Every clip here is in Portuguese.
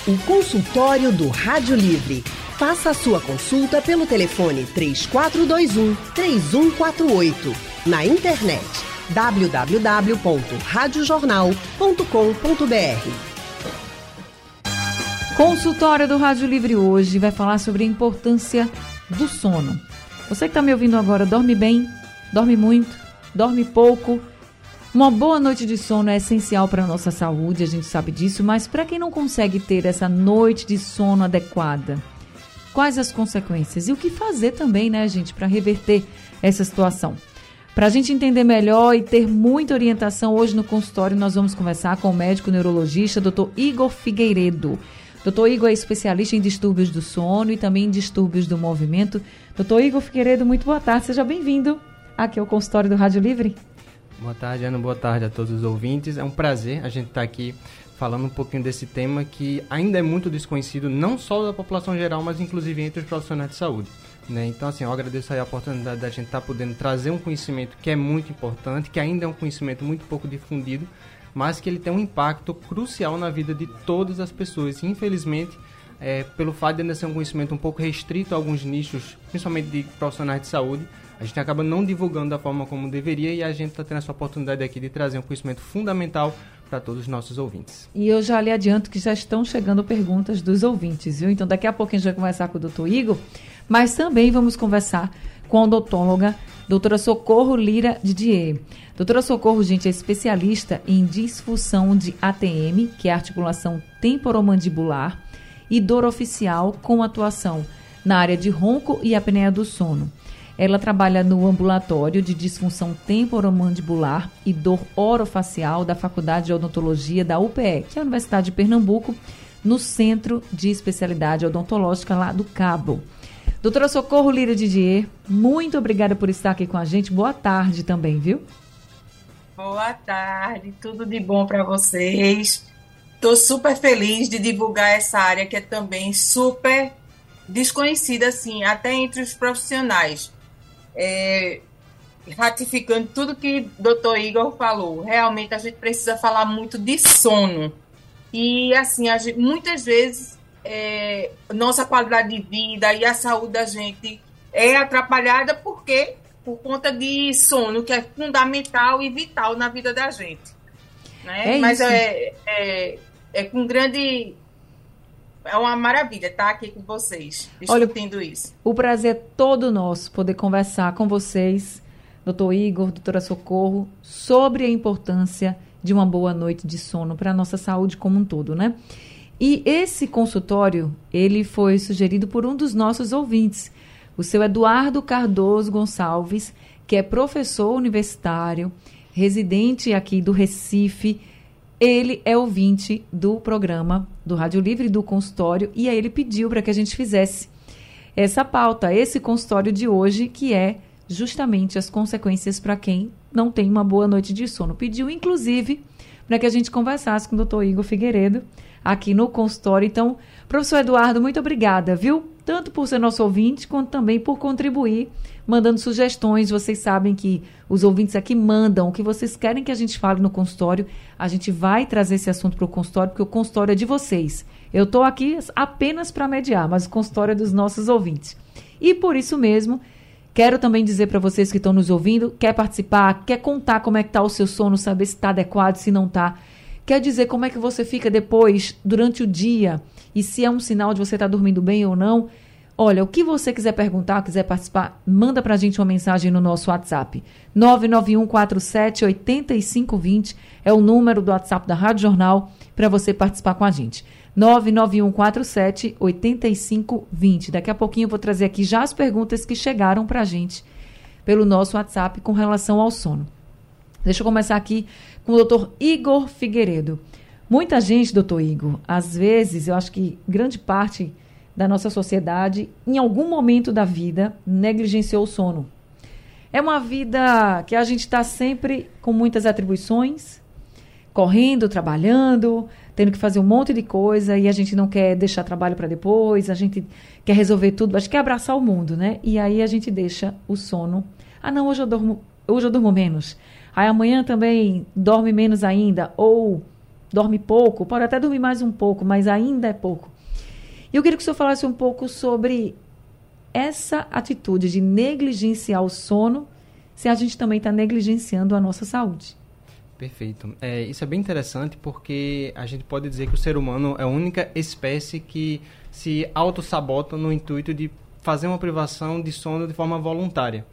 O consultório do Rádio Livre. Faça a sua consulta pelo telefone 3421-3148. Na internet www.radiojornal.com.br. Consultório do Rádio Livre hoje vai falar sobre a importância do sono. Você que está me ouvindo agora, dorme bem, dorme muito, dorme pouco? Uma boa noite de sono é essencial para a nossa saúde, a gente sabe disso, mas para quem não consegue ter essa noite de sono adequada, quais as consequências? E o que fazer também, né, gente, para reverter essa situação? Para a gente entender melhor e ter muita orientação, hoje no consultório nós vamos conversar com o médico neurologista, Dr. Igor Figueiredo. Dr. Igor é especialista em distúrbios do sono e também em distúrbios do movimento. Dr. Igor Figueiredo, muito boa tarde, seja bem-vindo aqui ao consultório do Rádio Livre. Boa tarde, Ana. Boa tarde a todos os ouvintes. É um prazer a gente estar aqui falando um pouquinho desse tema que ainda é muito desconhecido, não só da população geral, mas inclusive entre os profissionais de saúde, né? Então, assim, eu agradeço aí a oportunidade da gente estar podendo trazer um conhecimento que é muito importante, que ainda é um conhecimento muito pouco difundido, mas que ele tem um impacto crucial na vida de todas as pessoas. E, infelizmente, pelo fato de ainda ser um conhecimento um pouco restrito a alguns nichos, principalmente de profissionais de saúde, a gente acaba não divulgando da forma como deveria e a gente está tendo essa oportunidade aqui de trazer um conhecimento fundamental para todos os nossos ouvintes. E eu já lhe adianto que já estão chegando perguntas dos ouvintes, viu? Então daqui a pouco a gente vai conversar com o Dr. Igor, mas também vamos conversar com a odontóloga, doutora Socorro Lira Didier. Doutora Socorro, gente, é especialista em disfunção de ATM, que é a articulação temporomandibular, e dor oficial com atuação na área de ronco e apneia do sono. Ela trabalha no ambulatório de disfunção temporomandibular e dor orofacial da Faculdade de Odontologia da UPE, que é a Universidade de Pernambuco, no Centro de Especialidade Odontológica lá do Cabo. Doutora Socorro Lira Didier, muito obrigada por estar aqui com a gente. Boa tarde também, viu? Boa tarde, tudo de bom para vocês. Estou super feliz de divulgar essa área que é também super desconhecida, assim, até entre os profissionais. Ratificando tudo que o Dr. Igor falou, realmente a gente precisa falar muito de sono. E, assim, muitas vezes nossa qualidade de vida e a saúde da gente é atrapalhada por conta de sono, que é fundamental e vital na vida da gente, né? Mas é com grande... É uma maravilha estar aqui com vocês, discutindo isso. O prazer é todo nosso poder conversar com vocês, doutor Igor, doutora Socorro, sobre a importância de uma boa noite de sono para a nossa saúde como um todo, né? E esse consultório, ele foi sugerido por um dos nossos ouvintes, o seu Eduardo Cardoso Gonçalves, que é professor universitário, residente aqui do Recife. Ele é ouvinte do programa do Rádio Livre do consultório e aí ele pediu para que a gente fizesse essa pauta, esse consultório de hoje, que é justamente as consequências para quem não tem uma boa noite de sono. Pediu, inclusive, para que a gente conversasse com o Dr. Igor Figueiredo aqui no consultório. Então, professor Eduardo, muito obrigada, viu? Tanto por ser nosso ouvinte, quanto também por contribuir, mandando sugestões. Vocês sabem que os ouvintes aqui mandam o que vocês querem que a gente fale no consultório. A gente vai trazer esse assunto para o consultório, porque o consultório é de vocês. Eu estou aqui apenas para mediar, mas o consultório é dos nossos ouvintes. E por isso mesmo, quero também dizer para vocês que estão nos ouvindo, quer participar, quer contar como é que está o seu sono, saber se está adequado, se não está. Quer dizer como é que você fica depois, durante o dia, e se é um sinal de você estar dormindo bem ou não. Olha, o que você quiser perguntar, quiser participar, manda pra gente uma mensagem no nosso WhatsApp. 99147-8520 é o número do WhatsApp da Rádio Jornal para você participar com a gente. 99147-8520. Daqui a pouquinho eu vou trazer aqui já as perguntas que chegaram pra gente pelo nosso WhatsApp com relação ao sono. Deixa eu começar aqui com o Dr. Igor Figueiredo. Muita gente, doutor Igor, às vezes, eu acho que grande parte da nossa sociedade, em algum momento da vida, negligenciou o sono. É uma vida que a gente está sempre com muitas atribuições, correndo, trabalhando, tendo que fazer um monte de coisa, e a gente não quer deixar trabalho para depois, a gente quer resolver tudo, a gente quer abraçar o mundo, né? E aí a gente deixa o sono. Ah, não, hoje eu durmo menos. Aí amanhã também dorme menos ainda, ou dorme pouco, pode até dormir mais um pouco, mas ainda é pouco. E eu queria que o senhor falasse um pouco sobre essa atitude de negligenciar o sono, se a gente também está negligenciando a nossa saúde. Perfeito. Isso é bem interessante porque a gente pode dizer que o ser humano é a única espécie que se autossabota no intuito de fazer uma privação de sono de forma voluntária.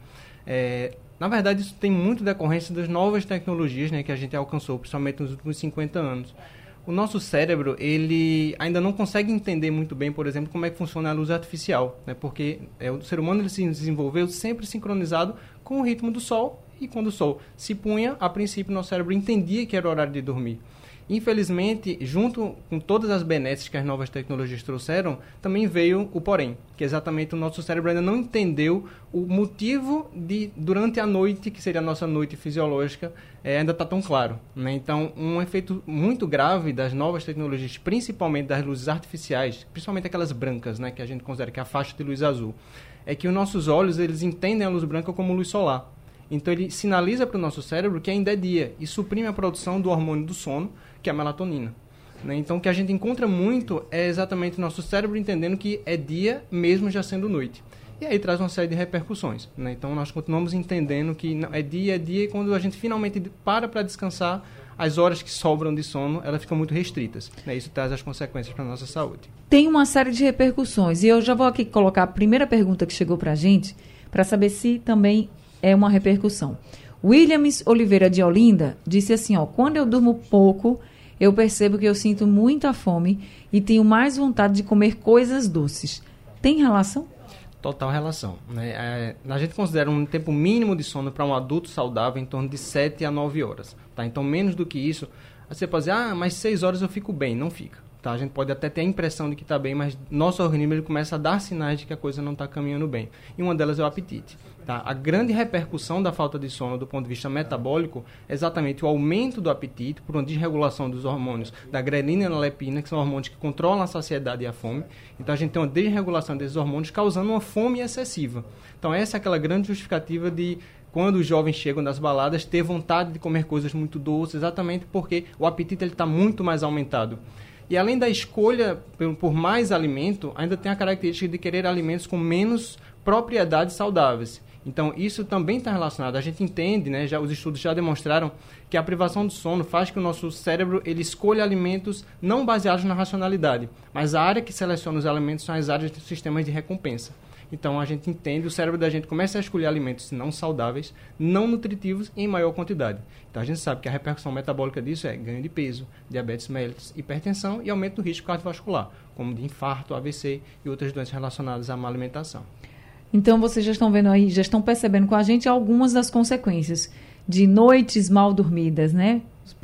Na verdade, isso tem muito decorrência das novas tecnologias, né, que a gente alcançou, principalmente nos últimos 50 anos. O nosso cérebro, ele ainda não consegue entender muito bem, por exemplo, como é que funciona a luz artificial, né, porque o ser humano ele se desenvolveu sempre sincronizado com o ritmo do sol, e quando o sol se punha, a princípio, nosso cérebro entendia que era o horário de dormir. Infelizmente, junto com todas as benesses que as novas tecnologias trouxeram, também veio o porém, que exatamente o nosso cérebro ainda não entendeu o motivo de, durante a noite, que seria a nossa noite fisiológica, ainda está tão claro, né? Então, um efeito muito grave das novas tecnologias, principalmente das luzes artificiais, principalmente aquelas brancas, né, que a gente considera que é a faixa de luz azul, é que os nossos olhos eles entendem a luz branca como luz solar. Então, ele sinaliza para o nosso cérebro que ainda é dia e suprime a produção do hormônio do sono, que é a melatonina. Né? Então, o que a gente encontra muito é exatamente o nosso cérebro entendendo que é dia, mesmo já sendo noite. E aí traz uma série de repercussões. Né? Então, nós continuamos entendendo que não, é dia, e quando a gente finalmente para descansar, as horas que sobram de sono, elas ficam muito restritas. Né? Isso traz as consequências para a nossa saúde. Tem uma série de repercussões. E eu já vou aqui colocar a primeira pergunta que chegou para a gente, para saber se também é uma repercussão. Williams Oliveira de Olinda disse assim, quando eu durmo pouco, eu percebo que eu sinto muita fome e tenho mais vontade de comer coisas doces. Tem relação? Total relação. Né? A gente considera um tempo mínimo de sono para um adulto saudável em torno de 7 a 9 horas. Tá? Então, menos do que isso, você pode dizer, mas 6 horas eu fico bem. Não fica. Tá? A gente pode até ter a impressão de que está bem, mas nosso organismo ele começa a dar sinais de que a coisa não está caminhando bem. E uma delas é o apetite. Tá? A grande repercussão da falta de sono do ponto de vista metabólico é exatamente o aumento do apetite por uma desregulação dos hormônios da grelina e da leptina, que são hormônios que controlam a saciedade e a fome. Então a gente tem uma desregulação desses hormônios causando uma fome excessiva. Então essa é aquela grande justificativa de quando os jovens chegam das baladas ter vontade de comer coisas muito doces, exatamente porque o apetite está muito mais aumentado. E além da escolha por mais alimento, ainda tem a característica de querer alimentos com menos propriedades saudáveis. Então, isso também está relacionado. A gente entende, né, os estudos já demonstraram que a privação do sono faz que o nosso cérebro ele escolha alimentos não baseados na racionalidade, mas a área que seleciona os alimentos são as áreas dos sistemas de recompensa. Então, a gente entende, o cérebro da gente começa a escolher alimentos não saudáveis, não nutritivos e em maior quantidade. Então, a gente sabe que a repercussão metabólica disso é ganho de peso, diabetes mellitus, hipertensão e aumento do risco cardiovascular, como de infarto, AVC e outras doenças relacionadas à má alimentação. Então, vocês já estão vendo aí, já estão percebendo com a gente algumas das consequências de noites mal dormidas, né?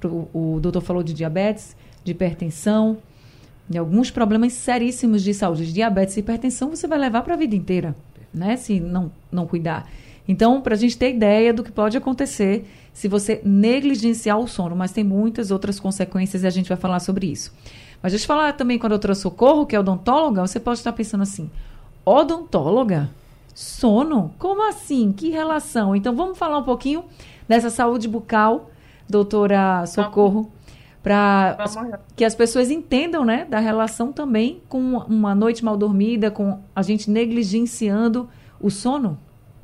O doutor falou de diabetes, de hipertensão, de alguns problemas seríssimos de saúde. Diabetes e hipertensão você vai levar para a vida inteira, né? Se não cuidar. Então, para a gente ter ideia do que pode acontecer se você negligenciar o sono, mas tem muitas outras consequências e a gente vai falar sobre isso. Mas deixa eu falar também com a doutora Socorro, que é odontóloga. Você pode estar pensando assim, odontóloga? Sono? Como assim? Que relação? Então, vamos falar um pouquinho dessa saúde bucal, doutora Socorro, para que as pessoas entendam, né, da relação também com uma noite mal dormida, com a gente negligenciando o sono?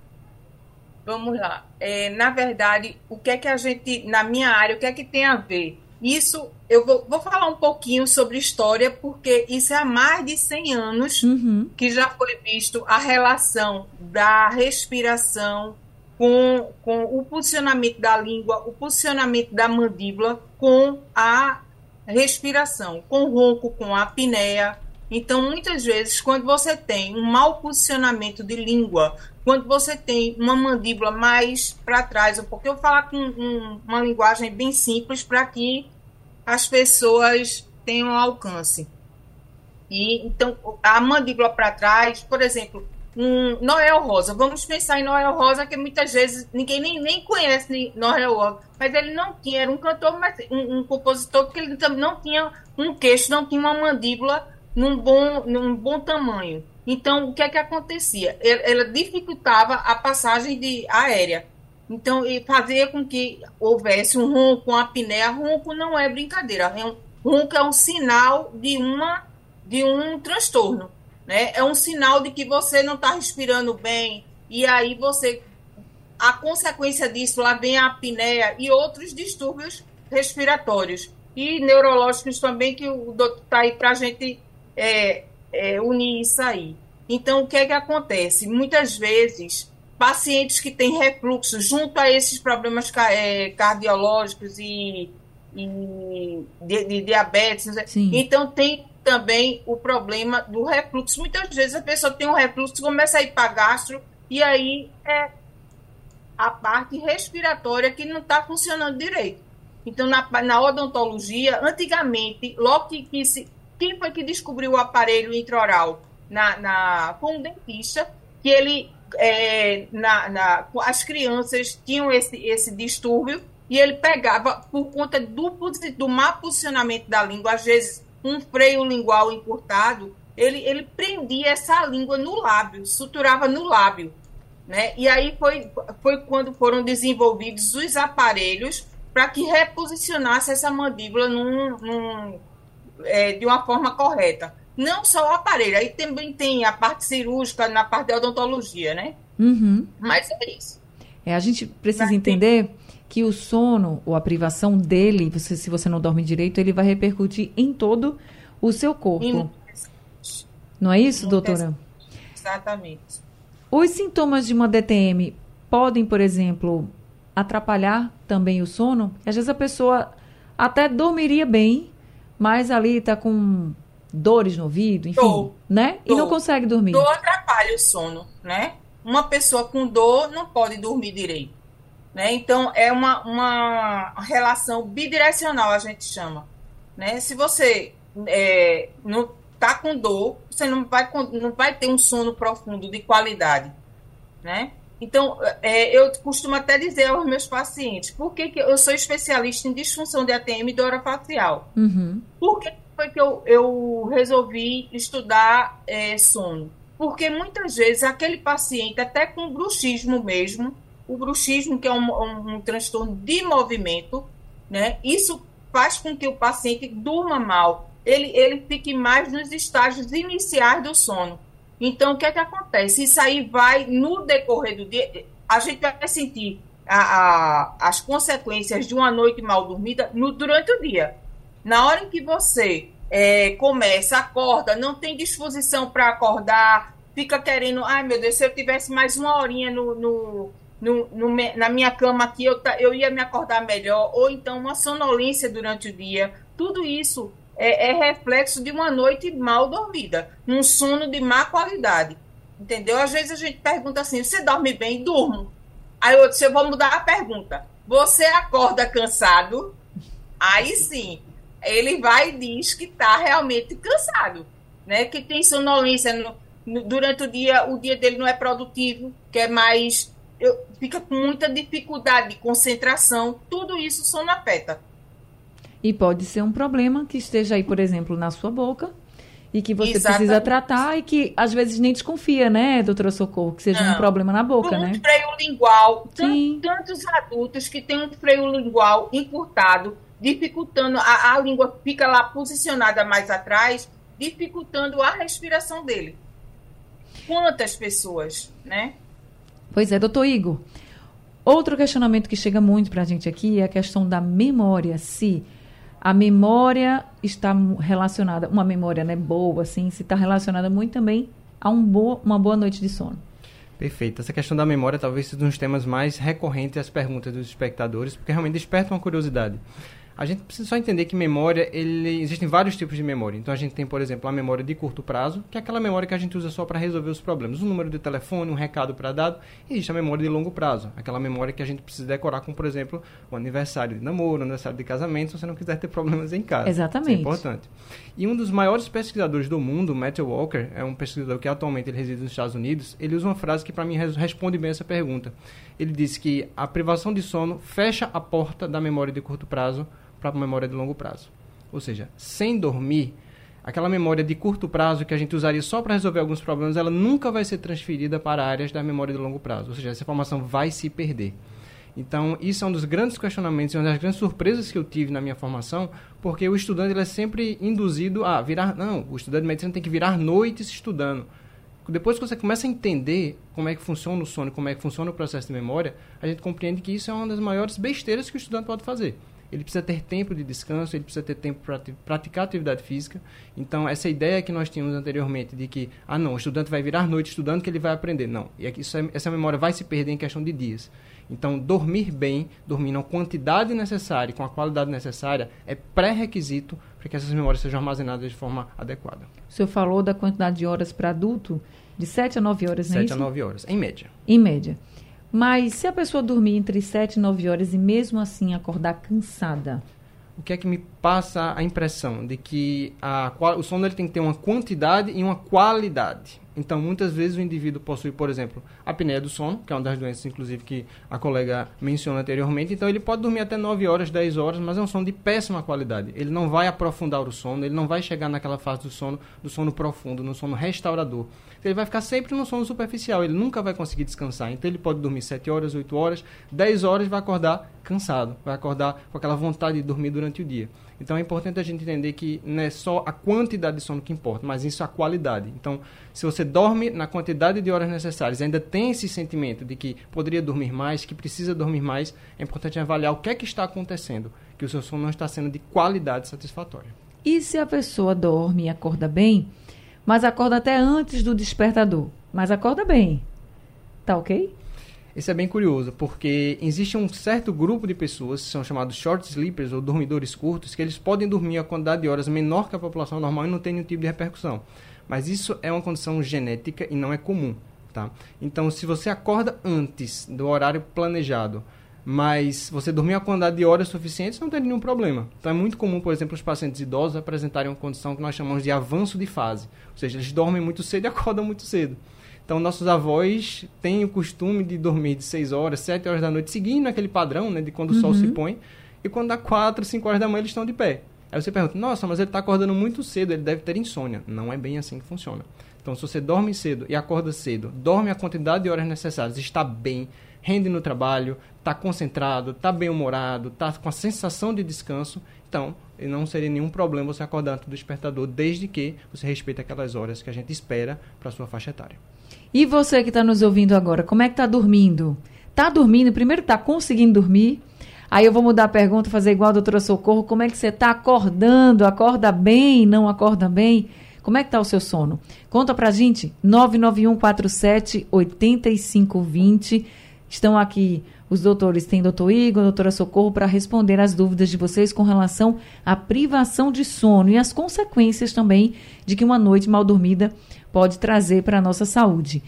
Vamos lá. Na verdade, o que é que a gente, na minha área, o que é que tem a ver? Isso, eu vou falar um pouquinho sobre história, porque isso é há mais de 100 anos que já foi visto a relação da respiração com o posicionamento da língua, o posicionamento da mandíbula com a respiração, com o ronco, com a apneia. Então, muitas vezes, quando você tem um mau posicionamento de língua, quando você tem uma mandíbula mais para trás, porque eu vou falar com uma linguagem bem simples para que as pessoas tenham alcance. E, então, a mandíbula para trás, por exemplo, Noel Rosa. Vamos pensar em Noel Rosa, que muitas vezes ninguém nem conhece Noel Rosa, mas ele não tinha, era um cantor, mas um compositor, porque ele não tinha um queixo, não tinha uma mandíbula num bom tamanho. Então, o que é que acontecia? Ela dificultava a passagem aérea. Então, e fazia com que houvesse um ronco, uma apneia. Ronco não é brincadeira. Ronco é um sinal de um transtorno, né? É um sinal de que você não está respirando bem, e aí a consequência disso, lá vem a apneia e outros distúrbios respiratórios e neurológicos também, que o doutor está aí para a gente unir isso aí. Então, o que é que acontece? Muitas vezes, pacientes que têm refluxo junto a esses problemas cardiológicos e de diabetes, então tem também o problema do refluxo. Muitas vezes a pessoa tem um refluxo, começa a ir para gastro, e aí é a parte respiratória que não está funcionando direito. Então, na odontologia, antigamente, logo quem foi que descobriu o aparelho intraoral? Com um dentista, que ele, as crianças tinham esse distúrbio, e ele pegava, por conta do má posicionamento da língua, às vezes um freio lingual encurtado, ele prendia essa língua no lábio, suturava no lábio, né? E aí foi quando foram desenvolvidos os aparelhos para que reposicionasse essa mandíbula de uma forma correta. Não só o aparelho, aí também tem a parte cirúrgica na parte da odontologia, né? Uhum. Mas é isso. A gente precisa entender que o sono, ou a privação dele, se você não dorme direito, ele vai repercutir em todo o seu corpo. Não é isso, doutora? Exatamente. Os sintomas de uma DTM podem, por exemplo, atrapalhar também o sono? Às vezes a pessoa até dormiria bem, mas ali está com dores no ouvido, enfim, né? E não consegue dormir. Dor atrapalha o sono, né? Uma pessoa com dor não pode dormir direito, né? Então, é uma relação bidirecional, a gente chama, né? Se você não está com dor, você não vai ter um sono profundo de qualidade, né? Então, eu costumo até dizer aos meus pacientes, por que eu sou especialista em disfunção de ATM e dor orofacial? Uhum. Por que foi que eu resolvi estudar sono? Porque muitas vezes aquele paciente, até com bruxismo mesmo, o bruxismo, que é um transtorno de movimento, né? Isso faz com que o paciente durma mal, ele fique mais nos estágios iniciais do sono. Então, o que é que acontece? Isso aí vai, no decorrer do dia, a gente vai sentir as consequências de uma noite mal dormida durante o dia. Na hora em que você começa, acorda, não tem disposição para acordar, fica querendo, ai meu Deus, se eu tivesse mais uma horinha na minha cama aqui, eu ia me acordar melhor, ou então uma sonolência durante o dia. Tudo isso é reflexo de uma noite mal dormida, um sono de má qualidade, entendeu? Às vezes a gente pergunta assim, você dorme bem? Durmo. Aí eu vou mudar a pergunta. Você acorda cansado? Aí sim, ele vai e diz que está realmente cansado, né? Que tem sonolência durante o dia dele não é produtivo, que é mais... fica com muita dificuldade de concentração, tudo isso sono afeta. E pode ser um problema que esteja aí, por exemplo, na sua boca e que você Exatamente. Precisa tratar e que às vezes nem desconfia, né, doutora Socorro, que seja um problema na boca, né? Um freio lingual, tantos adultos que têm um freio lingual encurtado, dificultando, a língua fica lá posicionada mais atrás, dificultando a respiração dele. Quantas pessoas, né? Pois é, doutor Igor. Outro questionamento que chega muito para a gente aqui é a questão da memória. Se a memória está relacionada, uma memória, né, boa, assim, se está relacionada muito também a uma boa noite de sono. Perfeito. Essa questão da memória talvez seja um dos temas mais recorrentes às perguntas dos espectadores, porque realmente desperta uma curiosidade. A gente precisa só entender que memória, existem vários tipos de memória. Então, a gente tem, por exemplo, a memória de curto prazo, que é aquela memória que a gente usa só para resolver os problemas. Um número de telefone, um recado para dado. E existe a memória de longo prazo, aquela memória que a gente precisa decorar com, por exemplo, o aniversário de namoro, o aniversário de casamento, se você não quiser ter problemas em casa. Exatamente. Isso é importante. E um dos maiores pesquisadores do mundo, Matthew Walker, é um pesquisador que atualmente ele reside nos Estados Unidos, ele usa uma frase que, para mim, responde bem essa pergunta. Ele disse que a privação de sono fecha a porta da memória de curto prazo para a memória de longo prazo. Ou seja, sem dormir, aquela memória de curto prazo que a gente usaria só para resolver alguns problemas, ela nunca vai ser transferida para áreas da memória de longo prazo. Ou seja, essa informação vai se perder. Então, isso é um dos grandes questionamentos, uma das grandes surpresas que eu tive na minha formação, porque o estudante ele é sempre induzido a virar... Não, o estudante de medicina tem que virar noites estudando. Depois que você começa a entender como é que funciona o sono, como é que funciona o processo de memória, a gente compreende que isso é uma das maiores besteiras que o estudante pode fazer. Ele precisa ter tempo de descanso, ele precisa ter tempo para praticar atividade física. Então, essa ideia que nós tínhamos anteriormente de que, o estudante vai virar noite estudando que ele vai aprender. Não, e essa memória vai se perder em questão de dias. Então, dormir bem, dormir na quantidade necessária, com a qualidade necessária, é pré-requisito para que essas memórias sejam armazenadas de forma adequada. O senhor falou da quantidade de horas para adulto, de 7 a 9 horas, não é isso? 7 a 9 horas, em média. Em média. Mas se a pessoa dormir entre 7 e 9 horas e mesmo assim acordar cansada? O que é que me passa a impressão? De que o sono ele tem que ter uma quantidade e uma qualidade. Então, muitas vezes o indivíduo possui, por exemplo, a apneia do sono, que é uma das doenças, inclusive, que a colega mencionou anteriormente. Então, ele pode dormir até 9 horas, 10 horas, mas é um sono de péssima qualidade. Ele não vai aprofundar o sono, ele não vai chegar naquela fase do sono profundo, no sono restaurador. Então, ele vai ficar sempre no sono superficial, ele nunca vai conseguir descansar. Então, ele pode dormir 7 horas, 8 horas, 10 horas e vai acordar cansado, vai acordar com aquela vontade de dormir durante o dia. Então, é importante a gente entender que não é só a quantidade de sono que importa, mas isso é a qualidade. Então, se você dorme na quantidade de horas necessárias, ainda tem esse sentimento de que poderia dormir mais, que precisa dormir mais, é importante avaliar o que é que está acontecendo, que o seu sono não está sendo de qualidade satisfatória. E se a pessoa dorme e acorda bem, mas acorda até antes do despertador, mas acorda bem, tá ok? Isso é bem curioso, porque existe um certo grupo de pessoas, que são chamados short sleepers, ou dormidores curtos, que eles podem dormir a quantidade de horas menor que a população normal e não tem nenhum tipo de repercussão. Mas isso é uma condição genética e não é comum, tá? Então, se você acorda antes do horário planejado, mas você dormir a quantidade de horas suficientes, não tem nenhum problema. Então, é muito comum, por exemplo, os pacientes idosos apresentarem uma condição que nós chamamos de avanço de fase. Ou seja, eles dormem muito cedo e acordam muito cedo. Então, nossos avós têm o costume de dormir de 6 horas, 7 horas da noite, seguindo aquele padrão, né, de quando o sol se põe, e quando dá 4, 5 horas da manhã, eles estão de pé. Aí você pergunta, nossa, mas ele está acordando muito cedo, ele deve ter insônia. Não é bem assim que funciona. Então, se você dorme cedo e acorda cedo, dorme a quantidade de horas necessárias, está bem, rende no trabalho, está concentrado, está bem-humorado, está com a sensação de descanso, então, não seria nenhum problema você acordar antes do despertador, desde que você respeite aquelas horas que a gente espera para a sua faixa etária. E você que está nos ouvindo agora, como é que está dormindo? Está dormindo? Primeiro, está conseguindo dormir? Aí eu vou mudar a pergunta, fazer igual a doutora Socorro. Como é que você está acordando? Acorda bem? Não acorda bem? Como é que está o seu sono? Conta pra gente, 991478520. Estão aqui os doutores, tem doutor Igor, doutora Socorro, para responder as dúvidas de vocês com relação à privação de sono e as consequências também de que uma noite mal dormida pode trazer para a nossa saúde.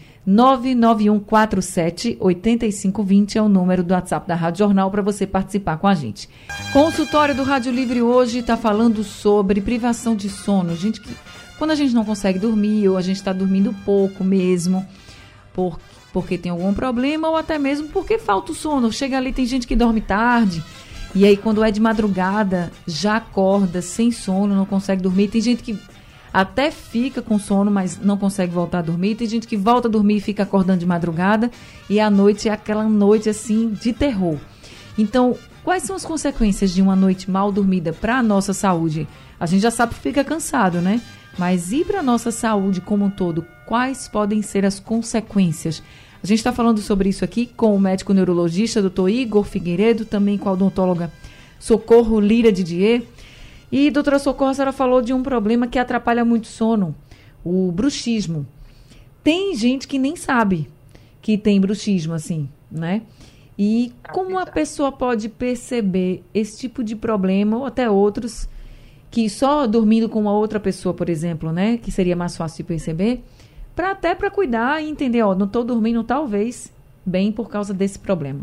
991478520 é o número do WhatsApp da Rádio Jornal para você participar com a gente. Consultório do Rádio Livre hoje está falando sobre privação de sono. Gente, quando a gente não consegue dormir ou a gente está dormindo pouco mesmo, porque tem algum problema ou até mesmo porque falta o sono. Chega ali, tem gente que dorme tarde e aí quando é de madrugada já acorda sem sono, não consegue dormir. Tem gente que até fica com sono, mas não consegue voltar a dormir. Tem gente que volta a dormir e fica acordando de madrugada. E a noite é aquela noite, assim, de terror. Então, quais são as consequências de uma noite mal dormida para a nossa saúde? A gente já sabe que fica cansado, né? Mas e para a nossa saúde como um todo? Quais podem ser as consequências? A gente está falando sobre isso aqui com o médico neurologista, doutor Igor Figueiredo, também com a odontóloga Socorro Lira Didier. E, doutora Socorro, a senhora falou de um problema que atrapalha muito o sono, o bruxismo. Tem gente que nem sabe que tem bruxismo, assim, né? E como a pessoa pode perceber esse tipo de problema, ou até outros, que só dormindo com uma outra pessoa, por exemplo, né? Que seria mais fácil de perceber, até para cuidar e entender, ó, não estou dormindo talvez bem por causa desse problema.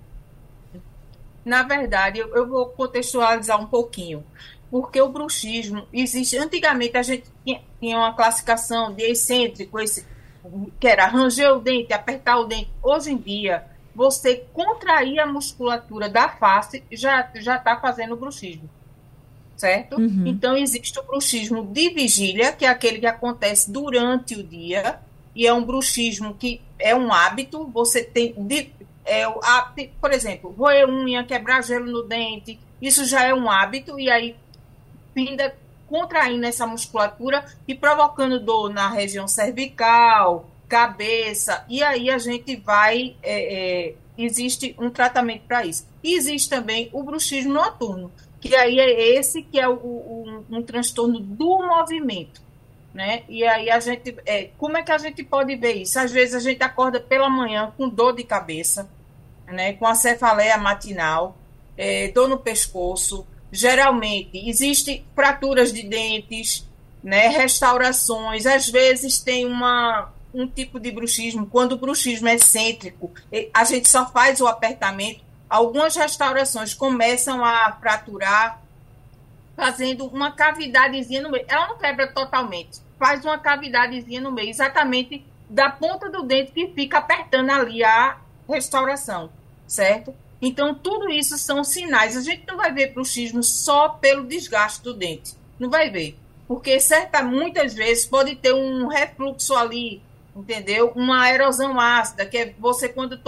Na verdade, eu vou contextualizar um pouquinho. Porque o bruxismo existe. Antigamente a gente tinha uma classificação de excêntrico, que era ranger o dente, apertar o dente. Hoje em dia, você contrair a musculatura da face já está fazendo bruxismo, certo? Uhum. Então existe o bruxismo de vigília, que é aquele que acontece durante o dia, e é um bruxismo que é um hábito, você tem por exemplo, roer unha, quebrar gelo no dente, isso já é um hábito, e aí finda contraindo essa musculatura e provocando dor na região cervical, cabeça, e aí a gente vai... existe um tratamento para isso. E existe também o bruxismo noturno, que aí é esse que é um transtorno do movimento, né? E aí a gente... como é que a gente pode ver isso? Às vezes a gente acorda pela manhã com dor de cabeça, né? Com a cefaleia matinal, dor no pescoço. Geralmente existem fraturas de dentes, né? Restaurações. Às vezes tem um tipo de bruxismo, quando o bruxismo é excêntrico, a gente só faz o apertamento, algumas restaurações começam a fraturar, fazendo uma cavidadezinha no meio. Ela não quebra totalmente, faz uma cavidadezinha no meio, exatamente da ponta do dente que fica apertando ali a restauração, certo? Então, tudo isso são sinais. A gente não vai ver bruxismo só pelo desgaste do dente, não vai ver, porque muitas vezes pode ter um refluxo ali, entendeu? Uma erosão ácida, que é você quando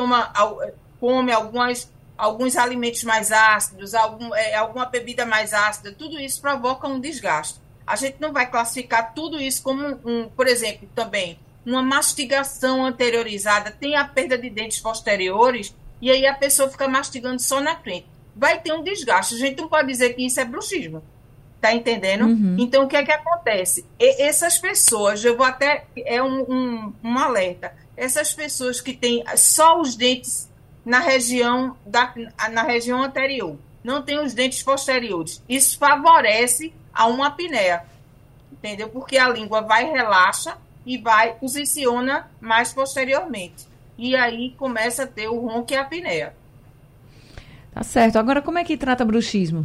come alguns alimentos mais ácidos, alguma bebida mais ácida, tudo isso provoca um desgaste. A gente não vai classificar tudo isso como por exemplo, também uma mastigação anteriorizada, tem a perda de dentes posteriores, e aí a pessoa fica mastigando só na frente. Vai ter um desgaste. A gente não pode dizer que isso é bruxismo. Tá entendendo? Uhum. Então, o que é que acontece? Essas pessoas, eu vou até... É um alerta. Essas pessoas que têm só os dentes na região anterior, não tem os dentes posteriores. Isso favorece a uma apneia. Entendeu? Porque a língua relaxa e posiciona mais posteriormente. E aí começa a ter o ronco e a apneia. Tá certo. Agora, como é que trata bruxismo?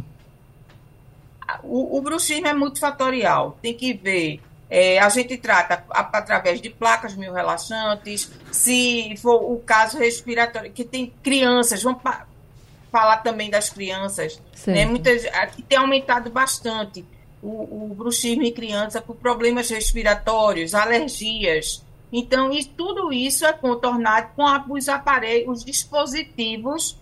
O bruxismo é multifatorial. Tem que ver. A gente trata através de placas miorrelaxantes, se for o caso respiratório, que tem crianças, vamos falar também das crianças, né? Aqui tem aumentado bastante o bruxismo em criança por problemas respiratórios, alergias. Então, tudo isso é contornado com os aparelhos, os dispositivos,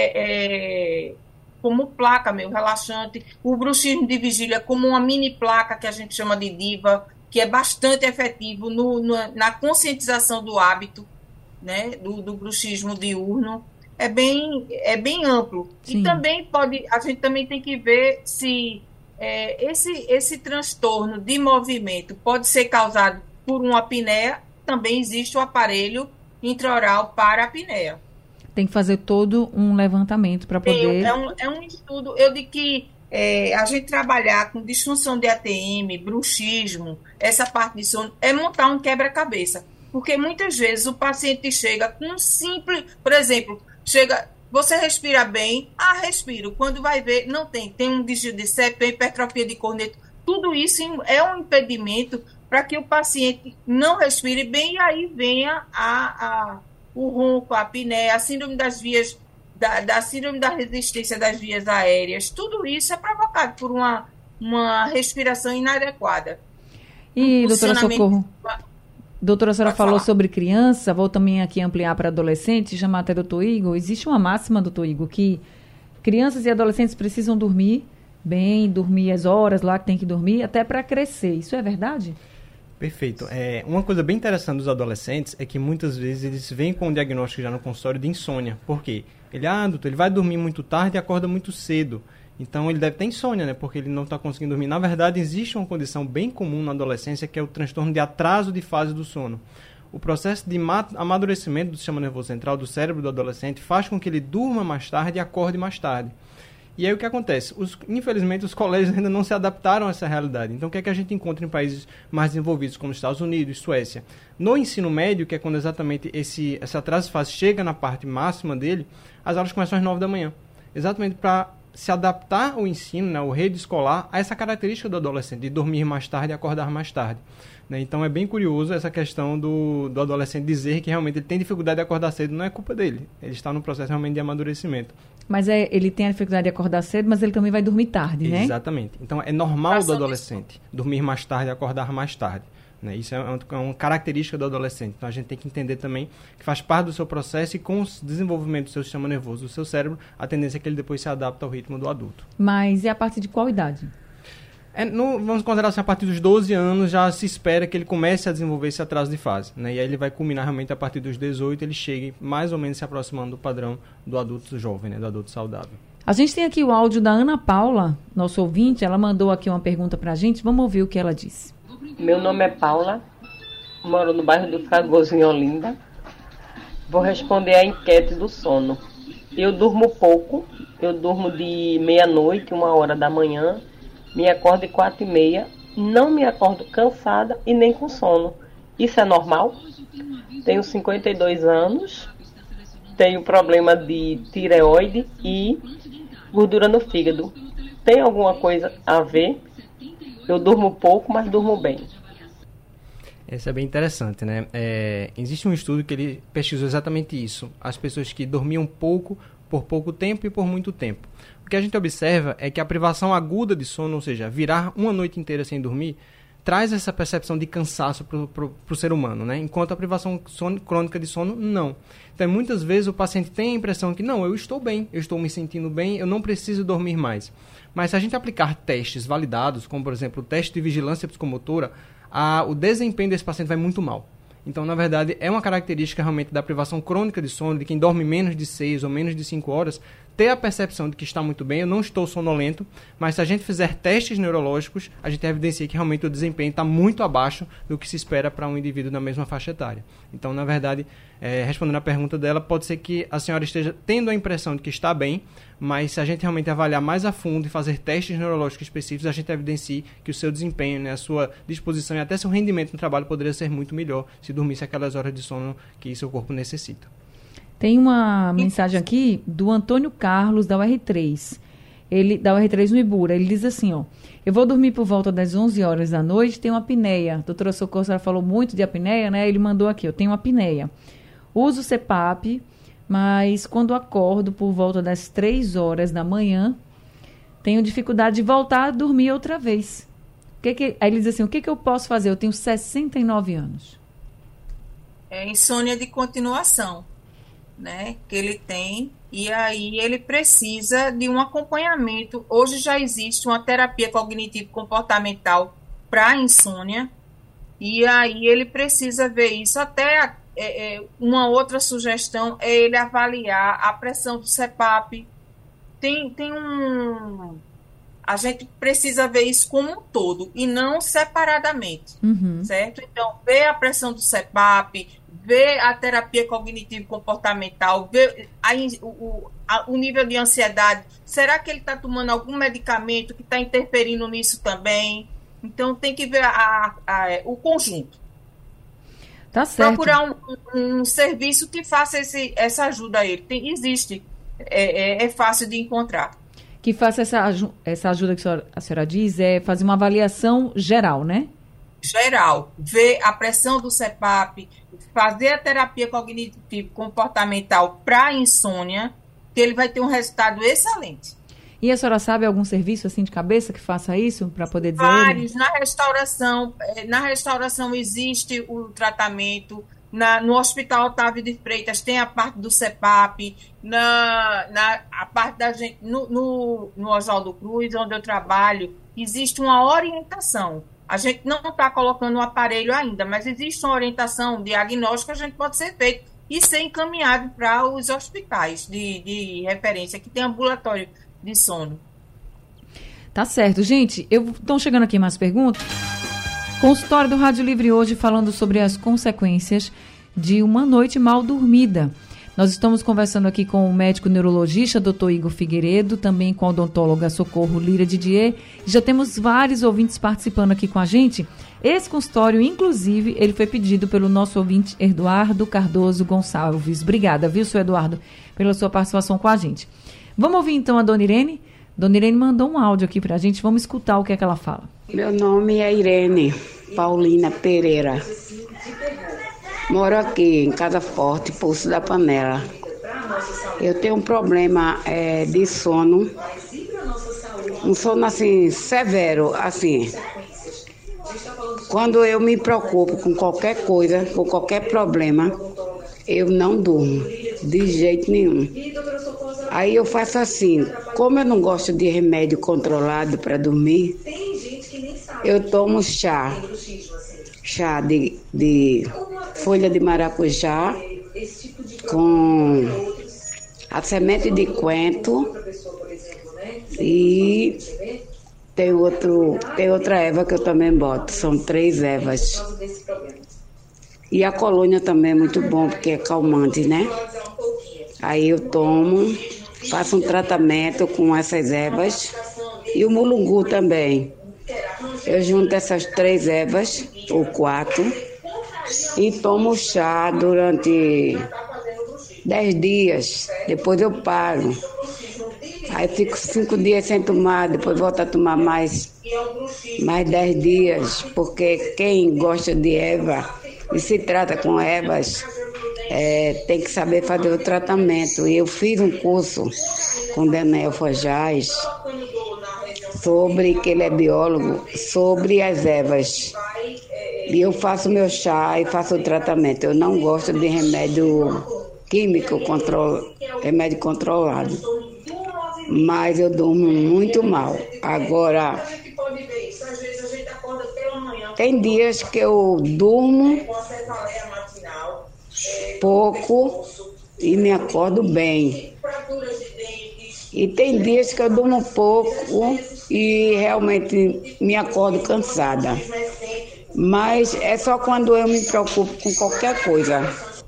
como placa relaxante, o bruxismo de vigília como uma mini placa que a gente chama de diva, que é bastante efetivo na conscientização do hábito, né, do bruxismo diurno. É bem amplo. Sim. E também a gente também tem que ver se esse transtorno de movimento pode ser causado por uma apneia. Também existe o aparelho intraoral para a apneia. Tem que fazer todo um levantamento para poder... É um estudo, eu digo que a gente trabalhar com disfunção de ATM, bruxismo, essa parte de sono, é montar um quebra-cabeça. Porque muitas vezes o paciente chega com um simples... Por exemplo, você respira bem? Respiro. Quando vai ver, não tem. Tem um desvio de septo, hipertrofia de corneto. Tudo isso é um impedimento para que o paciente não respire bem, e aí venha o ronco, a apneia, a síndrome das vias, da síndrome da resistência das vias aéreas. Tudo isso é provocado por uma respiração inadequada. E, doutora Socorro, doutora, a senhora falou sobre criança, vou também aqui ampliar para adolescente, chamar até doutor Igor. Existe uma máxima, doutor Igor, que crianças e adolescentes precisam dormir bem, dormir as horas lá que tem que dormir, até para crescer. Isso é verdade? Perfeito. Uma coisa bem interessante dos adolescentes é que muitas vezes eles vêm com o diagnóstico já no consultório de insônia. Por quê? Ele vai dormir muito tarde e acorda muito cedo. Então ele deve ter insônia, né? Porque ele não está conseguindo dormir. Na verdade, existe uma condição bem comum na adolescência, que é o transtorno de atraso de fase do sono. O processo de amadurecimento do sistema nervoso central do cérebro do adolescente faz com que ele durma mais tarde e acorde mais tarde. E aí o que acontece? Infelizmente, os colégios ainda não se adaptaram a essa realidade. Então, o que é que a gente encontra em países mais desenvolvidos, como Estados Unidos, Suécia? No ensino médio, que é quando exatamente esse atraso de fase chega na parte máxima dele, as aulas começam às 9 da manhã. Exatamente para se adaptar ao ensino, né, o rede escolar, a essa característica do adolescente, de dormir mais tarde e acordar mais tarde. Né? Então, é bem curioso essa questão do adolescente dizer que realmente ele tem dificuldade de acordar cedo. Não é culpa dele. Ele está no processo realmente de amadurecimento. Mas ele tem a dificuldade de acordar cedo, mas ele também vai dormir tarde, né? Exatamente. Então, é normal do adolescente dormir mais tarde e acordar mais tarde. né? Isso é uma característica do adolescente. Então, a gente tem que entender também que faz parte do seu processo e com o desenvolvimento do seu sistema nervoso, do seu cérebro, a tendência é que ele depois se adapte ao ritmo do adulto. Mas e a partir de qual idade? Vamos considerar assim, a partir dos 12 anos já se espera que ele comece a desenvolver esse atraso de fase, né? E aí ele vai culminar realmente a partir dos 18, ele chegue mais ou menos se aproximando do padrão do adulto jovem, né? Do adulto saudável. A gente tem aqui o áudio da Ana Paula, nosso ouvinte, ela mandou aqui uma pergunta pra gente, vamos ouvir o que ela disse. Meu nome é Paula, moro no bairro do Fragoso, em Olinda. Vou responder a enquete do sono. Eu durmo pouco, eu durmo de meia-noite, 1h da manhã, me acordo de 4h30, não me acordo cansada e nem com sono. Isso é normal? Tenho 52 anos, tenho problema de tireoide e gordura no fígado. Tem alguma coisa a ver? Eu durmo pouco, mas durmo bem. Isso é bem interessante, né? Existe um estudo que ele pesquisou exatamente isso. As pessoas que dormiam pouco, por pouco tempo e por muito tempo. O que a gente observa é que a privação aguda de sono, ou seja, virar uma noite inteira sem dormir, traz essa percepção de cansaço para o ser humano, né? Enquanto a privação crônica de sono, não. Então, muitas vezes o paciente tem a impressão que, não, eu estou bem, eu estou me sentindo bem, eu não preciso dormir mais. Mas se a gente aplicar testes validados, como, por exemplo, o teste de vigilância psicomotora, o desempenho desse paciente vai muito mal. Então, na verdade, é uma característica realmente da privação crônica de sono, de quem dorme menos de 6 ou menos de 5 horas, ter a percepção de que está muito bem, eu não estou sonolento, mas se a gente fizer testes neurológicos, a gente evidencia que realmente o desempenho está muito abaixo do que se espera para um indivíduo na mesma faixa etária. Então, na verdade, respondendo à pergunta dela, pode ser que a senhora esteja tendo a impressão de que está bem, mas se a gente realmente avaliar mais a fundo e fazer testes neurológicos específicos, a gente evidencia que o seu desempenho, né, a sua disposição e até seu rendimento no trabalho poderia ser muito melhor se dormisse aquelas horas de sono que seu corpo necessita. Tem uma mensagem aqui do Antônio Carlos, da UR3. Da UR3 no Ibura. Ele diz assim, ó. Eu vou dormir por volta das 11 horas da noite, tenho uma apneia. A doutora Socorro, ela falou muito de apneia, né? Ele mandou aqui, eu tenho uma apneia. Uso CPAP, mas quando acordo por volta das 3 horas da manhã, tenho dificuldade de voltar a dormir outra vez. Aí ele diz assim, o que eu posso fazer? Eu tenho 69 anos. É insônia de continuação, né, que ele tem, e aí ele precisa de um acompanhamento. Hoje já existe uma terapia cognitivo-comportamental para insônia, e aí ele precisa ver isso. Até uma outra sugestão é ele avaliar a pressão do CPAP. A gente precisa ver isso como um todo e não separadamente, certo? Então, ver a pressão do CPAP, ver a terapia cognitivo-comportamental, ver o nível de ansiedade. Será que ele está tomando algum medicamento que está interferindo nisso também? Então, tem que ver o conjunto. Tá certo. Procurar um serviço que faça essa ajuda a ele. Existe, é fácil de encontrar. Que faça essa ajuda que a senhora diz, é fazer uma avaliação geral, né? Geral. Ver a pressão do CPAP, fazer a terapia cognitivo-comportamental para insônia, que ele vai ter um resultado excelente. E a senhora sabe algum serviço assim de cabeça que faça isso, para poder dizer? Vários. Na restauração existe o tratamento. No Hospital Otávio de Freitas tem a parte do CPAP, a parte da gente, no Oswaldo Cruz, onde eu trabalho, existe uma orientação. A gente não está colocando o aparelho ainda, mas existe uma orientação diagnóstica que a gente pode ser feito e ser encaminhado para os hospitais de referência, que tem ambulatório de sono. Tá certo. Gente, estão chegando aqui mais perguntas. Consultório do Rádio Livre hoje falando sobre as consequências de uma noite mal dormida. Nós estamos conversando aqui com o médico neurologista, Dr. Igor Figueiredo, também com a odontóloga Socorro Lira Didier. Já temos vários ouvintes participando aqui com a gente. Esse consultório, inclusive, ele foi pedido pelo nosso ouvinte Eduardo Cardoso Gonçalves. Obrigada, viu, seu Eduardo, pela sua participação com a gente. Vamos ouvir então a Dona Irene? Dona Irene mandou um áudio aqui pra gente, vamos escutar o que é que ela fala. Meu nome é Irene Paulina Pereira. Moro aqui em Casa Forte, Poço da Panela. Eu tenho um problema de sono, um sono assim, severo, assim. Quando eu me preocupo com qualquer coisa, com qualquer problema, eu não durmo, de jeito nenhum. Aí eu faço assim, como eu não gosto de remédio controlado para dormir, eu tomo chá de folha de maracujá com a semente de coentro e tem outra erva que eu também boto, são 3 ervas. E a colônia também é muito bom, porque é calmante, né? Aí eu tomo, faço um tratamento com essas ervas e o mulungu também. Eu junto essas 3 ervas, ou 4, e tomo chá durante 10 dias, depois eu paro. Aí fico 5 dias sem tomar, depois volto a tomar mais 10 dias, porque quem gosta de erva e se trata com ervas, tem que saber fazer o tratamento. E eu fiz um curso com Daniel Fojás, que ele é biólogo, sobre as ervas. E eu faço meu chá e faço o tratamento. Eu não gosto de remédio químico, remédio controlado. Mas eu durmo muito mal. Agora, tem dias que eu durmo pouco e me acordo bem. E tem dias que eu durmo pouco e realmente me acordo cansada. Mas é só quando eu me preocupo com qualquer coisa.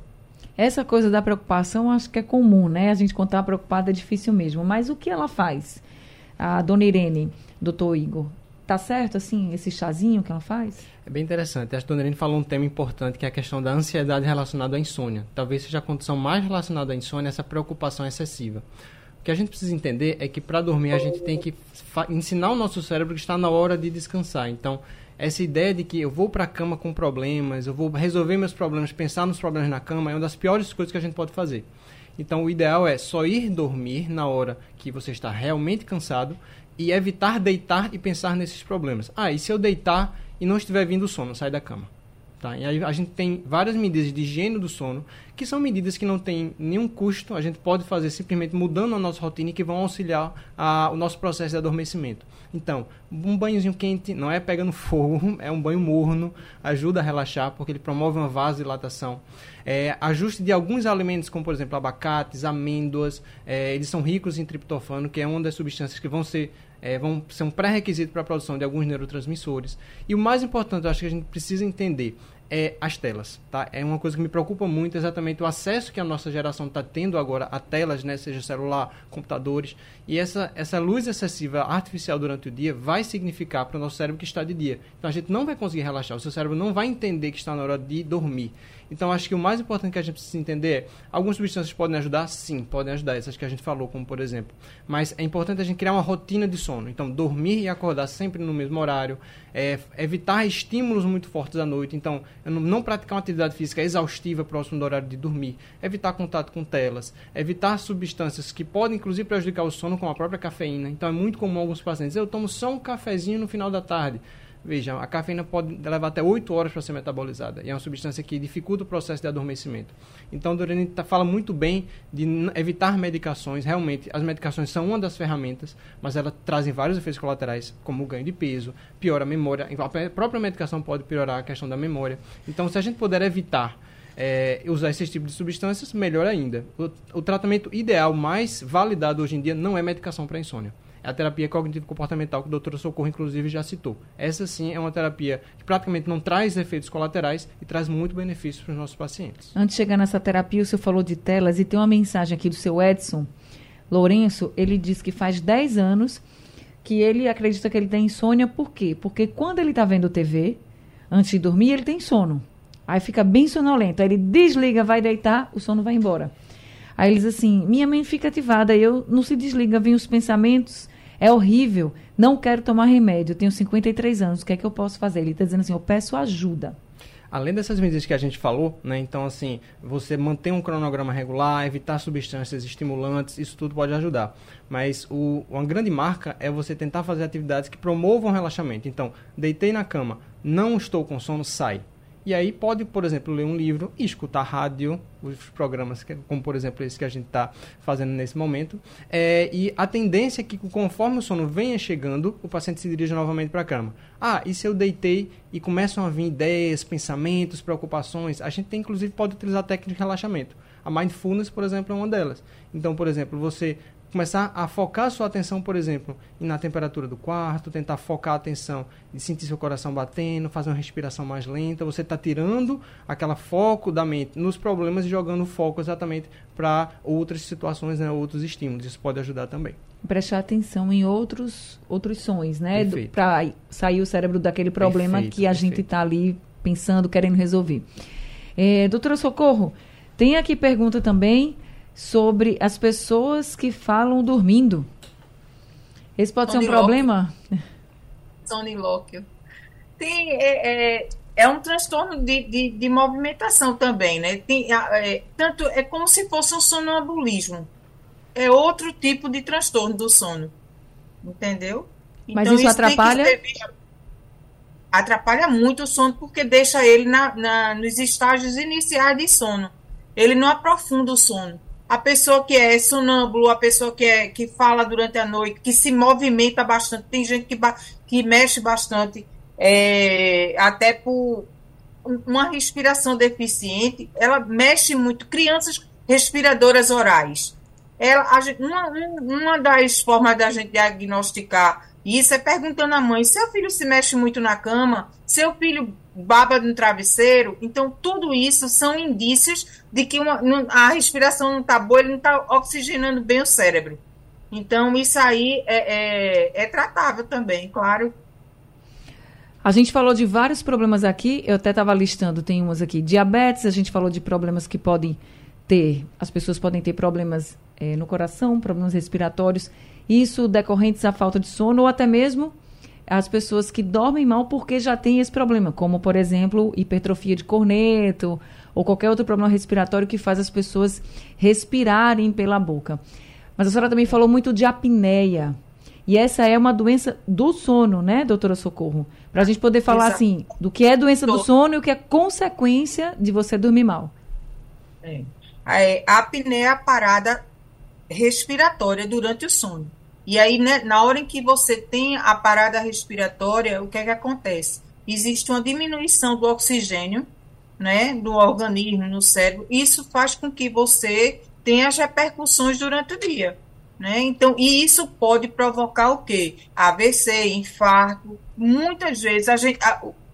Essa coisa da preocupação acho que é comum, né? A gente quando está preocupada é difícil mesmo. Mas o que ela faz? A dona Irene, doutor Igor, tá certo assim, esse chazinho que ela faz? É bem interessante. Acho que a dona Irene falou um tema importante, que é a questão da ansiedade relacionada à insônia. Talvez seja a condição mais relacionada à insônia, essa preocupação excessiva. O que a gente precisa entender é que para dormir a gente tem que ensinar o nosso cérebro que está na hora de descansar. Então, essa ideia de que eu vou para a cama com problemas, eu vou resolver meus problemas, pensar nos problemas na cama, é uma das piores coisas que a gente pode fazer. Então, o ideal é só ir dormir na hora que você está realmente cansado e evitar deitar e pensar nesses problemas. E se eu deitar e não estiver vindo o sono, sai da cama. Tá? E aí a gente tem várias medidas de higiene do sono, que são medidas que não têm nenhum custo, a gente pode fazer simplesmente mudando a nossa rotina e que vão auxiliar o nosso processo de adormecimento. Então, um banhozinho quente não é pegando fogo, é um banho morno, ajuda a relaxar, porque ele promove uma vasodilatação. Ajuste de alguns alimentos, como por exemplo abacates, amêndoas, eles são ricos em triptofano, que é uma das substâncias que vão ser um pré-requisito para a produção de alguns neurotransmissores. E o mais importante, eu acho que a gente precisa entender, é as telas. Tá? É uma coisa que me preocupa muito, exatamente o acesso que a nossa geração está tendo agora a telas, né, seja celular, computadores. E essa luz excessiva artificial durante o dia vai significar para o nosso cérebro que está de dia. Então a gente não vai conseguir relaxar, o seu cérebro não vai entender que está na hora de dormir. Então, acho que o mais importante que a gente precisa entender é, algumas substâncias podem ajudar? Sim, podem ajudar, essas que a gente falou, como por exemplo. Mas é importante a gente criar uma rotina de sono. Então, dormir e acordar sempre no mesmo horário, evitar estímulos muito fortes à noite. Então, não praticar uma atividade física exaustiva próximo do horário de dormir, evitar contato com telas, evitar substâncias que podem, inclusive, prejudicar o sono, como a própria cafeína. Então, é muito comum alguns pacientes, eu tomo só um cafezinho no final da tarde. Veja, a cafeína pode levar até 8 horas para ser metabolizada. E é uma substância que dificulta o processo de adormecimento. Então, a Dorene fala muito bem de evitar medicações. Realmente, as medicações são uma das ferramentas, mas elas trazem vários efeitos colaterais, como o ganho de peso, piora a memória. A própria medicação pode piorar a questão da memória. Então, se a gente puder evitar usar esse tipo de substâncias, melhor ainda. O tratamento ideal, mais validado hoje em dia, não é medicação para insônia. É a terapia cognitivo-comportamental que a doutora Socorro, inclusive, já citou. Essa, sim, é uma terapia que praticamente não traz efeitos colaterais e traz muito benefício para os nossos pacientes. Antes de chegar nessa terapia, o senhor falou de telas e tem uma mensagem aqui do seu Edson Lourenço. Ele diz que faz 10 anos que ele acredita que ele tem insônia. Por quê? Porque quando ele está vendo TV, antes de dormir, ele tem sono. Aí fica bem sonolento. Aí ele desliga, vai deitar, o sono vai embora. Aí ele diz assim, minha mente fica ativada, eu não se desliga, vem os pensamentos, é horrível, não quero tomar remédio, eu tenho 53 anos, o que é que eu posso fazer? Ele está dizendo assim, eu peço ajuda. Além dessas medidas que a gente falou, né, então assim, você manter um cronograma regular, evitar substâncias estimulantes, isso tudo pode ajudar. Mas uma grande marca é você tentar fazer atividades que promovam o relaxamento. Então, deitei na cama, não estou com sono, sai. E aí pode, por exemplo, ler um livro e escutar rádio, os programas, como por exemplo esse que a gente está fazendo nesse momento. E a tendência é que conforme o sono venha chegando, o paciente se dirija novamente para a cama. E se eu deitei e começam a vir ideias, pensamentos, preocupações, a gente inclusive pode utilizar técnica de relaxamento. A mindfulness, por exemplo, é uma delas. Então, por exemplo, você começar a focar a sua atenção, por exemplo, na temperatura do quarto, tentar focar a atenção e sentir seu coração batendo, fazer uma respiração mais lenta. Você está tirando aquele foco da mente nos problemas e jogando o foco exatamente para outras situações, né, outros estímulos. Isso pode ajudar também. Prestar atenção em outros sons, né? Perfeito. Para sair o cérebro daquele problema Perfeito, que a gente está ali pensando, querendo resolver. Doutora Socorro, tem aqui pergunta também sobre as pessoas que falam dormindo. Esse pode ser um problema? Sonilóquio. É um transtorno de movimentação também, né? Tanto é como se fosse um sonambulismo. É outro tipo de transtorno do sono. Entendeu? Mas então, isso atrapalha? Atrapalha muito o sono, porque deixa ele nos estágios iniciais de sono. Ele não aprofunda o sono. A pessoa que é sonâmbulo, a pessoa que fala durante a noite, que se movimenta bastante, tem gente que mexe bastante, até por uma respiração deficiente, ela mexe muito. Crianças respiradoras orais. Uma das formas da gente diagnosticar isso é perguntando à mãe: seu filho se mexe muito na cama? Seu filho baba no travesseiro? Então, tudo isso são indícios de que a respiração não está boa, ele não está oxigenando bem o cérebro. Então, isso aí é tratável também, claro. A gente falou de vários problemas aqui, eu até estava listando, tem umas aqui. Diabetes, a gente falou de problemas que podem ter, as pessoas podem ter problemas no coração, problemas respiratórios, isso decorrentes à falta de sono, ou até mesmo as pessoas que dormem mal porque já têm esse problema, como, por exemplo, hipertrofia de corneto, ou qualquer outro problema respiratório que faz as pessoas respirarem pela boca. Mas a senhora também falou muito de apneia, e essa é uma doença do sono, né, doutora Socorro? Para a gente poder falar, Exato, assim, do que é doença do sono e o que é consequência de você dormir mal. A apneia é a parada respiratória durante o sono. E aí, né, na hora em que você tem a parada respiratória, o que é que acontece? Existe uma diminuição do oxigênio, né, do organismo, no cérebro. Isso faz com que você tenha as repercussões durante o dia, né? Então, e isso pode provocar o quê? AVC, infarto. Muitas vezes a gente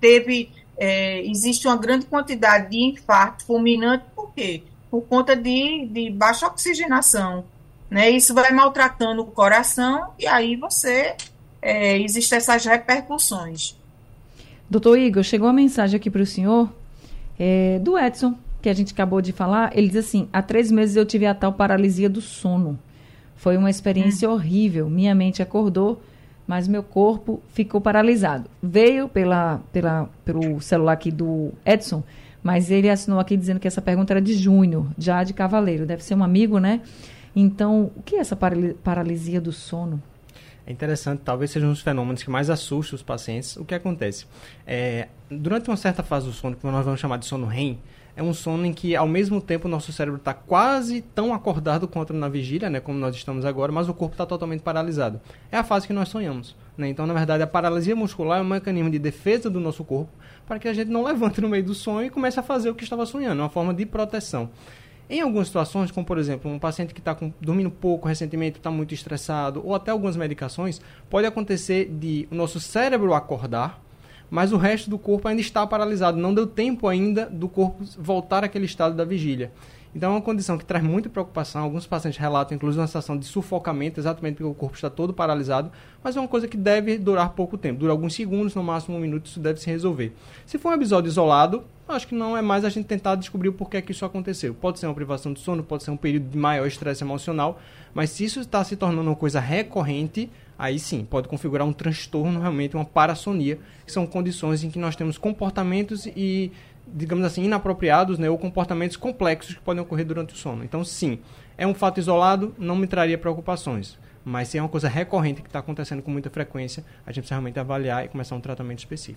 existe uma grande quantidade de infarto fulminante. Por quê? Por conta de baixa oxigenação, né? Isso vai maltratando o coração e aí existem essas repercussões. Doutor Igor, chegou uma mensagem aqui para o senhor do Edson, que a gente acabou de falar. Ele diz assim: há 3 meses eu tive a tal paralisia do sono. Foi uma experiência horrível. Minha mente acordou, mas meu corpo ficou paralisado. Veio pelo celular aqui do Edson, mas ele assinou aqui dizendo que essa pergunta era de Júnior, já de Cavaleiro. Deve ser um amigo, né? Então, o que é essa paralisia do sono? É interessante, talvez seja um dos fenômenos que mais assusta os pacientes. O que acontece? Durante uma certa fase do sono, que nós vamos chamar de sono REM, é um sono em que, ao mesmo tempo, o nosso cérebro está quase tão acordado quanto na vigília, né, como nós estamos agora, mas o corpo está totalmente paralisado. É a fase que nós sonhamos, né? Então, na verdade, a paralisia muscular é um mecanismo de defesa do nosso corpo para que a gente não levante no meio do sonho e comece a fazer o que estava sonhando, uma forma de proteção. Em algumas situações, como por exemplo, um paciente que está dormindo pouco recentemente, está muito estressado, ou até algumas medicações, pode acontecer de o nosso cérebro acordar, mas o resto do corpo ainda está paralisado. Não deu tempo ainda do corpo voltar àquele estado da vigília. Então é uma condição que traz muita preocupação. Alguns pacientes relatam, inclusive, uma sensação de sufocamento, exatamente porque o corpo está todo paralisado, mas é uma coisa que deve durar pouco tempo. Dura alguns segundos, no máximo 1 minuto, isso deve se resolver. Se for um episódio isolado, acho que não é mais a gente tentar descobrir o porquê que isso aconteceu. Pode ser uma privação de sono, pode ser um período de maior estresse emocional, mas se isso está se tornando uma coisa recorrente, aí sim, pode configurar um transtorno, realmente uma parassonia, que são condições em que nós temos comportamentos e, digamos assim, inapropriados, né, ou comportamentos complexos que podem ocorrer durante o sono. Então, sim, é um fato isolado, não me traria preocupações. Mas se é uma coisa recorrente que está acontecendo com muita frequência, a gente precisa realmente avaliar e começar um tratamento específico.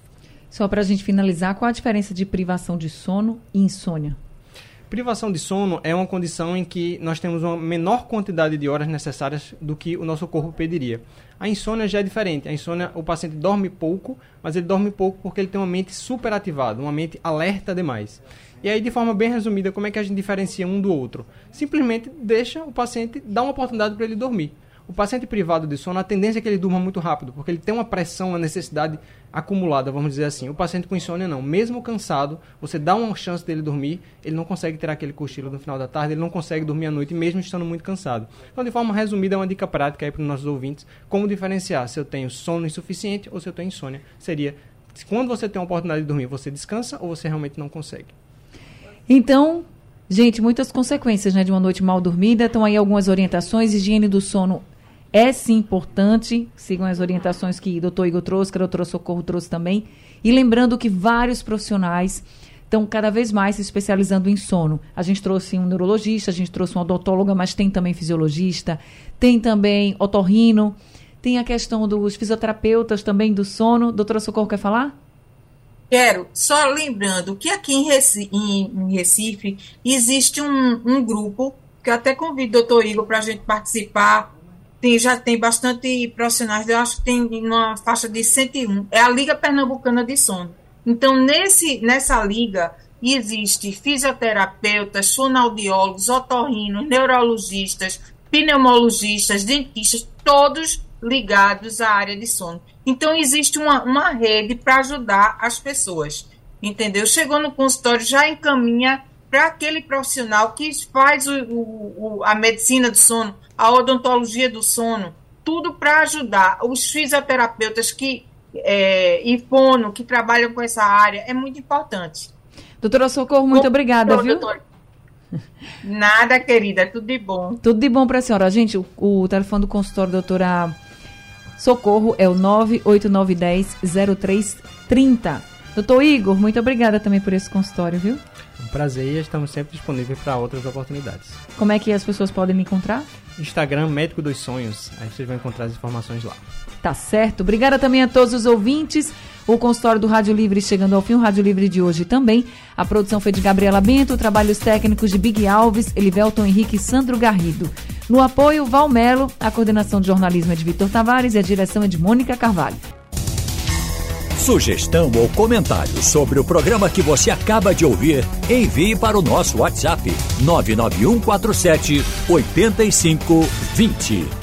Só para a gente finalizar, qual a diferença de privação de sono e insônia? Privação de sono é uma condição em que nós temos uma menor quantidade de horas necessárias do que o nosso corpo pediria. A insônia já é diferente. A insônia, o paciente dorme pouco, mas ele dorme pouco porque ele tem uma mente superativada, uma mente alerta demais. E aí, de forma bem resumida, como é que a gente diferencia um do outro? Simplesmente deixa o paciente, dá uma oportunidade para ele dormir. O paciente privado de sono, a tendência é que ele durma muito rápido, porque ele tem uma pressão, uma necessidade acumulada, vamos dizer assim. O paciente com insônia não. Mesmo cansado, você dá uma chance dele dormir, ele não consegue ter aquele cochilo no final da tarde, ele não consegue dormir à noite, mesmo estando muito cansado. Então, de forma resumida, é uma dica prática aí para os nossos ouvintes, como diferenciar se eu tenho sono insuficiente ou se eu tenho insônia. Seria, quando você tem uma oportunidade de dormir, você descansa ou você realmente não consegue? Então, gente, muitas consequências, né, de uma noite mal dormida. Estão aí algumas orientações. Higiene do sono é sim importante. Sigam as orientações que o doutor Igor trouxe, que a doutora Socorro trouxe também. E lembrando que vários profissionais estão cada vez mais se especializando em sono. A gente trouxe um neurologista, a gente trouxe uma odontóloga, mas tem também fisiologista, tem também otorrino, tem a questão dos fisioterapeutas também do sono. Doutora Socorro, quer falar? Quero, só lembrando que aqui em Recife existe um grupo, que eu até convido o doutor Igor para a gente participar, já tem bastante profissionais, eu acho que tem uma faixa de 101, é a Liga Pernambucana de Sono. Então, nessa liga, existe fisioterapeutas, fonoaudiólogos, otorrinos, neurologistas, pneumologistas, dentistas, todos ligados à área de sono. Então, existe uma rede para ajudar as pessoas, entendeu? Chegou no consultório, já encaminha para aquele profissional que faz a medicina do sono, a odontologia do sono, tudo para ajudar. Os fisioterapeutas e fono, que trabalham com essa área, é muito importante. Doutora Socorro, muito obrigada, viu? Doutora. Nada, querida, tudo de bom. Tudo de bom para a senhora. Gente, o telefone do consultório da doutora Socorro é o 98910-0330. Doutor Igor, muito obrigada também por esse consultório, viu? Um prazer e estamos sempre disponíveis para outras oportunidades. Como é que as pessoas podem me encontrar? Instagram, Médico dos Sonhos. Aí vocês vão encontrar as informações lá. Tá certo. Obrigada também a todos os ouvintes. O consultório do Rádio Livre chegando ao fim, o Rádio Livre de hoje também. A produção foi de Gabriela Bento, trabalhos técnicos de Big Alves, Elivelton Henrique e Sandro Garrido. No apoio, Valmelo, a coordenação de jornalismo é de Vitor Tavares e a direção é de Mônica Carvalho. Sugestão ou comentário sobre o programa que você acaba de ouvir, envie para o nosso WhatsApp 99147 8520.